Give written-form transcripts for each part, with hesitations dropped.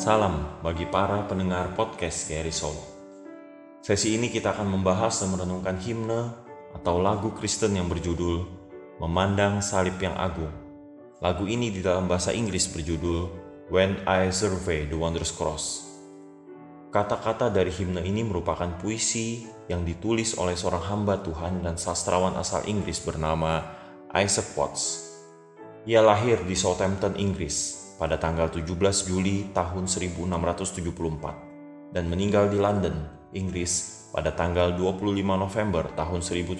Salam bagi para pendengar podcast GRI Solo. Sesi ini kita akan membahas dan merenungkan himne atau lagu Kristen yang berjudul Memandang Salib yang Agung. Lagu ini di dalam bahasa Inggris berjudul When I Survey the Wondrous Cross. Kata-kata dari himne ini merupakan puisi yang ditulis oleh seorang hamba Tuhan dan sastrawan asal Inggris bernama Isaac Watts. Ia lahir di Southampton, Inggris pada tanggal 17 Juli tahun 1674 dan meninggal di London, Inggris pada tanggal 25 November tahun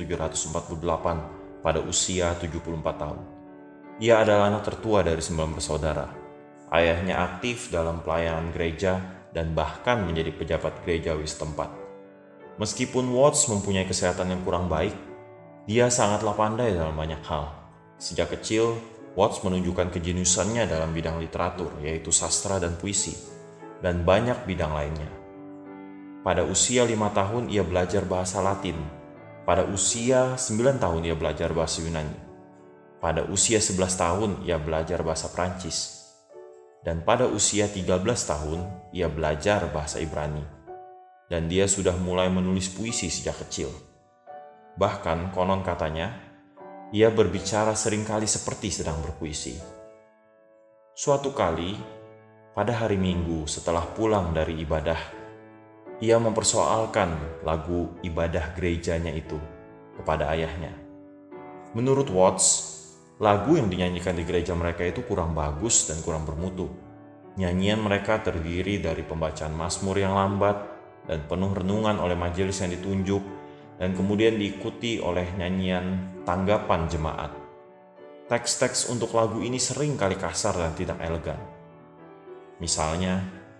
1748 pada usia 74 tahun. Ia adalah anak tertua dari 9 bersaudara. Ayahnya aktif dalam pelayanan gereja dan bahkan menjadi pejabat gerejawi setempat. Meskipun Watts mempunyai kesehatan yang kurang baik, dia sangatlah pandai dalam banyak hal. Sejak kecil, Watts menunjukkan kejeniusannya dalam bidang literatur, yaitu sastra dan puisi, dan banyak bidang lainnya. Pada usia 5 tahun ia belajar bahasa Latin. Pada usia 9 tahun ia belajar bahasa Yunani. Pada usia 11 tahun ia belajar bahasa Prancis. Dan pada usia 13 tahun ia belajar bahasa Ibrani. Dan dia sudah mulai menulis puisi sejak kecil. Bahkan konon katanya, ia berbicara seringkali seperti sedang berpuisi. Suatu kali, pada hari Minggu setelah pulang dari ibadah, ia mempersoalkan lagu ibadah gerejanya itu kepada ayahnya. Menurut Watts, lagu yang dinyanyikan di gereja mereka itu kurang bagus dan kurang bermutu. Nyanyian mereka terdiri dari pembacaan mazmur yang lambat dan penuh renungan oleh majelis yang ditunjuk, dan kemudian diikuti oleh nyanyian tanggapan jemaat. Teks-teks untuk lagu ini sering kali kasar dan tidak elegan. Misalnya,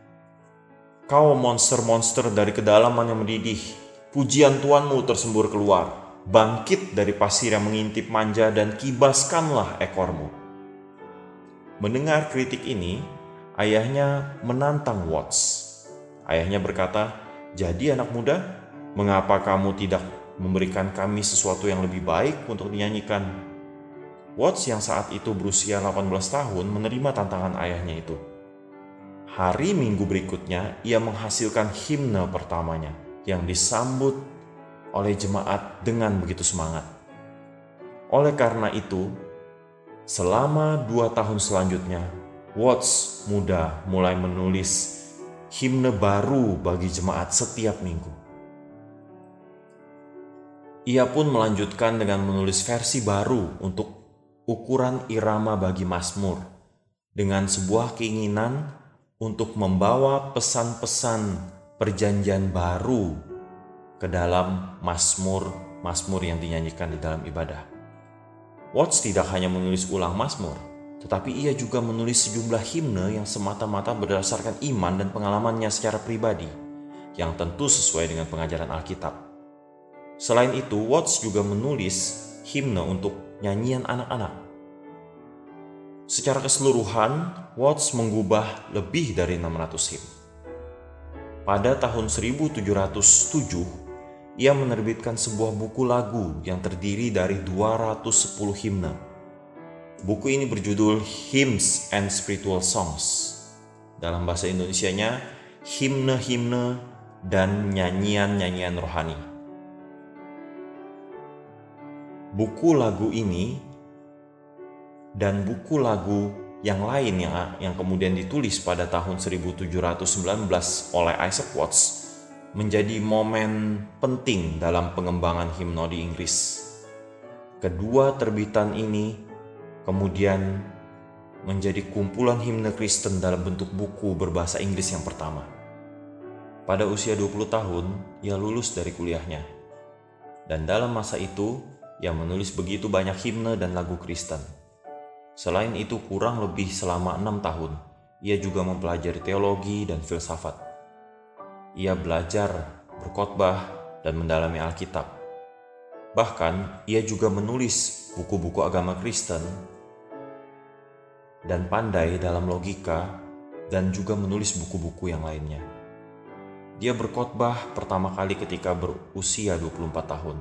"Kau monster-monster dari kedalaman yang mendidih, pujian Tuanmu tersembur keluar, bangkit dari pasir yang mengintip manja dan kibaskanlah ekormu." Mendengar kritik ini, ayahnya menantang Watts. Ayahnya berkata, "Jadi anak muda, mengapa kamu tidak memberikan kami sesuatu yang lebih baik untuk dinyanyikan?" Watts yang saat itu berusia 18 tahun menerima tantangan ayahnya itu. Hari Minggu berikutnya, ia menghasilkan himne pertamanya yang disambut oleh jemaat dengan begitu semangat. Oleh karena itu, selama 2 tahun selanjutnya, Watts muda mulai menulis himne baru bagi jemaat setiap minggu. Ia pun melanjutkan dengan menulis versi baru untuk ukuran irama bagi mazmur, dengan sebuah keinginan untuk membawa pesan-pesan perjanjian baru ke dalam mazmur yang dinyanyikan di dalam ibadah. Watts tidak hanya menulis ulang mazmur, tetapi ia juga menulis sejumlah himne yang semata-mata berdasarkan iman dan pengalamannya secara pribadi, yang tentu sesuai dengan pengajaran Alkitab. Selain itu, Watts juga menulis himne untuk nyanyian anak-anak. Secara keseluruhan, Watts menggubah lebih dari 600 himne. Pada tahun 1707, ia menerbitkan sebuah buku lagu yang terdiri dari 210 himne. Buku ini berjudul Hymns and Spiritual Songs. Dalam bahasa Indonesianya, himne-himne dan nyanyian-nyanyian rohani. Buku lagu ini dan buku lagu yang lain yang kemudian ditulis pada tahun 1719 oleh Isaac Watts menjadi momen penting dalam pengembangan himne di Inggris. Kedua terbitan ini kemudian menjadi kumpulan himne Kristen dalam bentuk buku berbahasa Inggris yang pertama. Pada usia 20 tahun, ia lulus dari kuliahnya. Dan dalam masa itu, ia menulis begitu banyak himne dan lagu Kristen. Selain itu, kurang lebih selama 6 tahun, ia juga mempelajari teologi dan filsafat. Ia belajar berkhotbah dan mendalami Alkitab. Bahkan, ia juga menulis buku-buku agama Kristen dan pandai dalam logika dan juga menulis buku-buku yang lainnya. Dia berkhotbah pertama kali ketika berusia 24 tahun.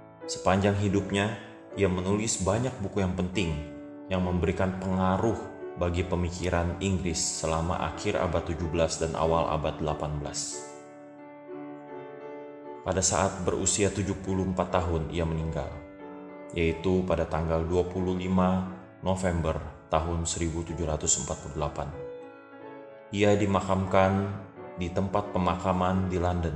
Sepanjang hidupnya, ia menulis banyak buku yang penting yang memberikan pengaruh bagi pemikiran Inggris selama akhir abad 17 dan awal abad 18. Pada saat berusia 74 tahun ia meninggal, yaitu pada tanggal 25 November tahun 1748. Ia dimakamkan di tempat pemakaman di London,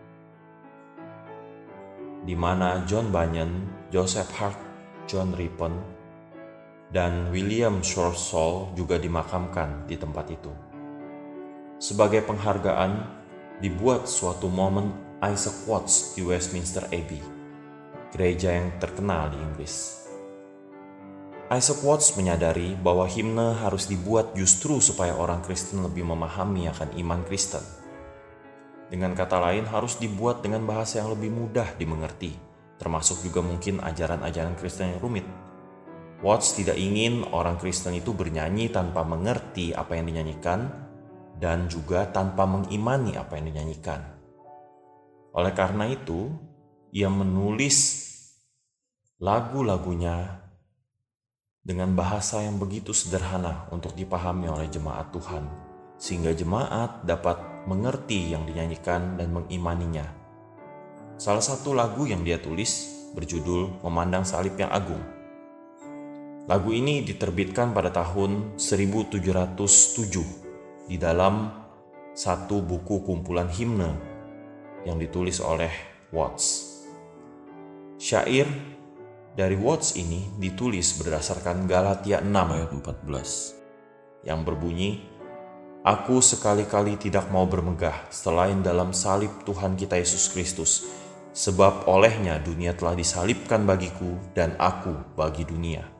di mana John Bunyan, Joseph Hart, John Ripon, dan William Shortsall juga dimakamkan di tempat itu. Sebagai penghargaan, dibuat suatu momen Isaac Watts di Westminster Abbey, gereja yang terkenal di Inggris. Isaac Watts menyadari bahwa himne harus dibuat justru supaya orang Kristen lebih memahami akan iman Kristen. Dengan kata lain, harus dibuat dengan bahasa yang lebih mudah dimengerti, termasuk juga mungkin ajaran-ajaran Kristen yang rumit. Watts tidak ingin orang Kristen itu bernyanyi tanpa mengerti apa yang dinyanyikan dan juga tanpa mengimani apa yang dinyanyikan. Oleh karena itu, ia menulis lagu-lagunya dengan bahasa yang begitu sederhana untuk dipahami oleh jemaat Tuhan, sehingga jemaat dapat mengerti yang dinyanyikan dan mengimaninya. Salah satu lagu yang dia tulis berjudul Memandang Salib yang Agung. Lagu ini diterbitkan pada tahun 1707 di dalam satu buku kumpulan himne yang ditulis oleh Watts. Syair dari Watts ini ditulis berdasarkan Galatia 6 ayat 14 yang berbunyi, "Aku sekali-kali tidak mau bermegah selain dalam salib Tuhan kita Yesus Kristus, sebab olehnya dunia telah disalibkan bagiku dan aku bagi dunia."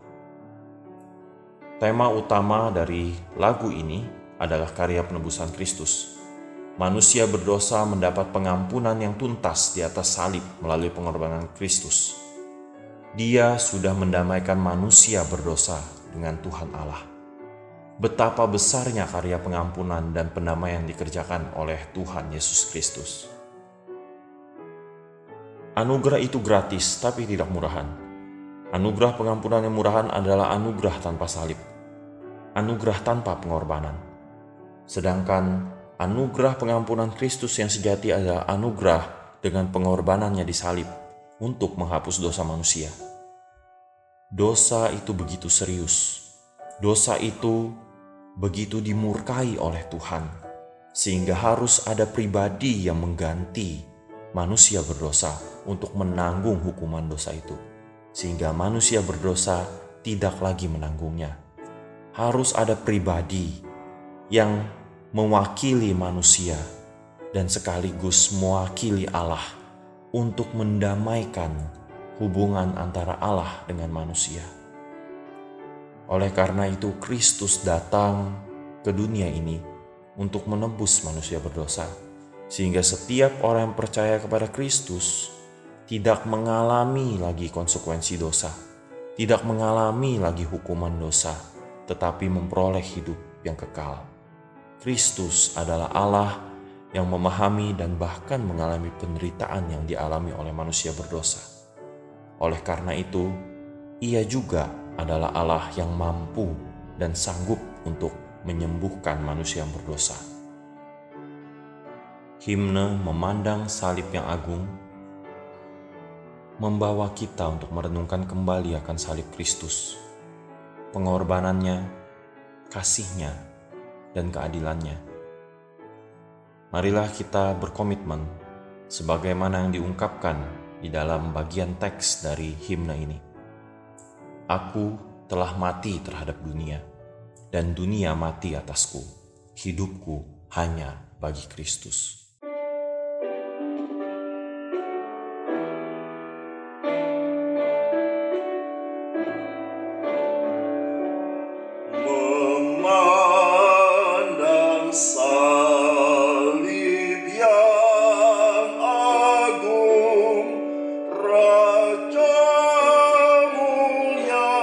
Tema utama dari lagu ini adalah karya penebusan Kristus. Manusia berdosa mendapat pengampunan yang tuntas di atas salib melalui pengorbanan Kristus. Dia sudah mendamaikan manusia berdosa dengan Tuhan Allah. Betapa besarnya karya pengampunan dan pendamaian dikerjakan oleh Tuhan Yesus Kristus. Anugerah itu gratis tapi tidak murahan. Anugerah pengampunan yang murahan adalah anugerah tanpa salib, anugerah tanpa pengorbanan. Sedangkan anugerah pengampunan Kristus yang sejati adalah anugerah dengan pengorbanannya di salib untuk menghapus dosa manusia. Dosa itu begitu serius. Dosa itu begitu dimurkai oleh Tuhan, sehingga harus ada pribadi yang mengganti manusia berdosa untuk menanggung hukuman dosa itu, sehingga manusia berdosa tidak lagi menanggungnya. Harus ada pribadi yang mewakili manusia dan sekaligus mewakili Allah untuk mendamaikan hubungan antara Allah dengan manusia. Oleh karena itu, Kristus datang ke dunia ini untuk menebus manusia berdosa, sehingga setiap orang yang percaya kepada Kristus tidak mengalami lagi konsekuensi dosa, tidak mengalami lagi hukuman dosa, tetapi memperoleh hidup yang kekal. Kristus adalah Allah yang memahami dan bahkan mengalami penderitaan yang dialami oleh manusia berdosa. Oleh karena itu, Ia juga adalah Allah yang mampu dan sanggup untuk menyembuhkan manusia yang berdosa. Himne Memandang Salib yang Agung membawa kita untuk merenungkan kembali akan salib Kristus, pengorbanannya, kasihnya, dan keadilannya. Marilah kita berkomitmen sebagaimana yang diungkapkan di dalam bagian teks dari himne ini. Aku telah mati terhadap dunia, dan dunia mati atasku. Hidupku hanya bagi Kristus. Salib yang agung, Raja mulia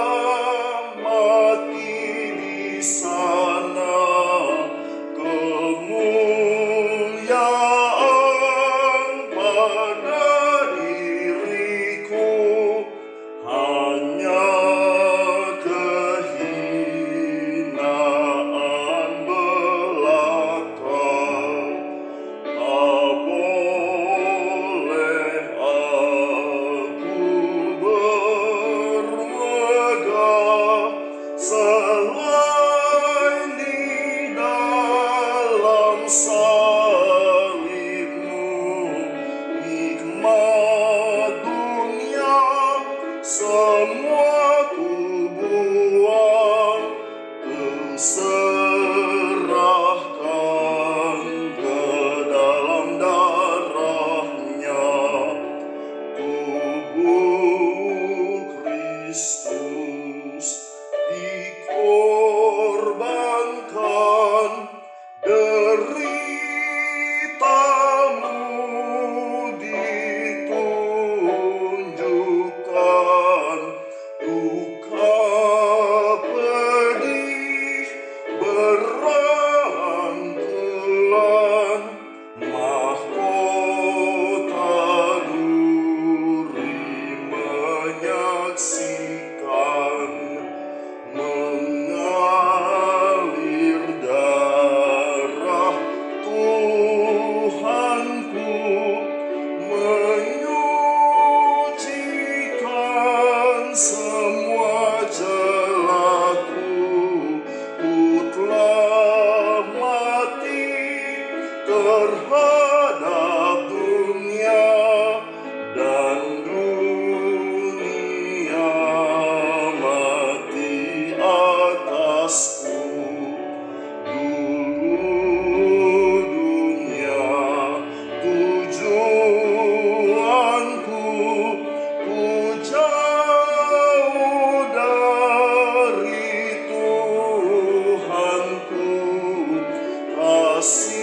mati di sana, kemuliaan semua kubuang, serahkan ke dalam darahnya. Tubuh Kristus dikorbankan, deritamu ditunjukkan, duka pedih berangkulan, mahkota duri menyaksikan, mengalir darah Tuhanku, menyucikan semua celahku. Ku telah mati terhadap dunia, dan dunia mati atasku. Dulu dunia tujuanku, ku jauh dari Tuhanku, kasih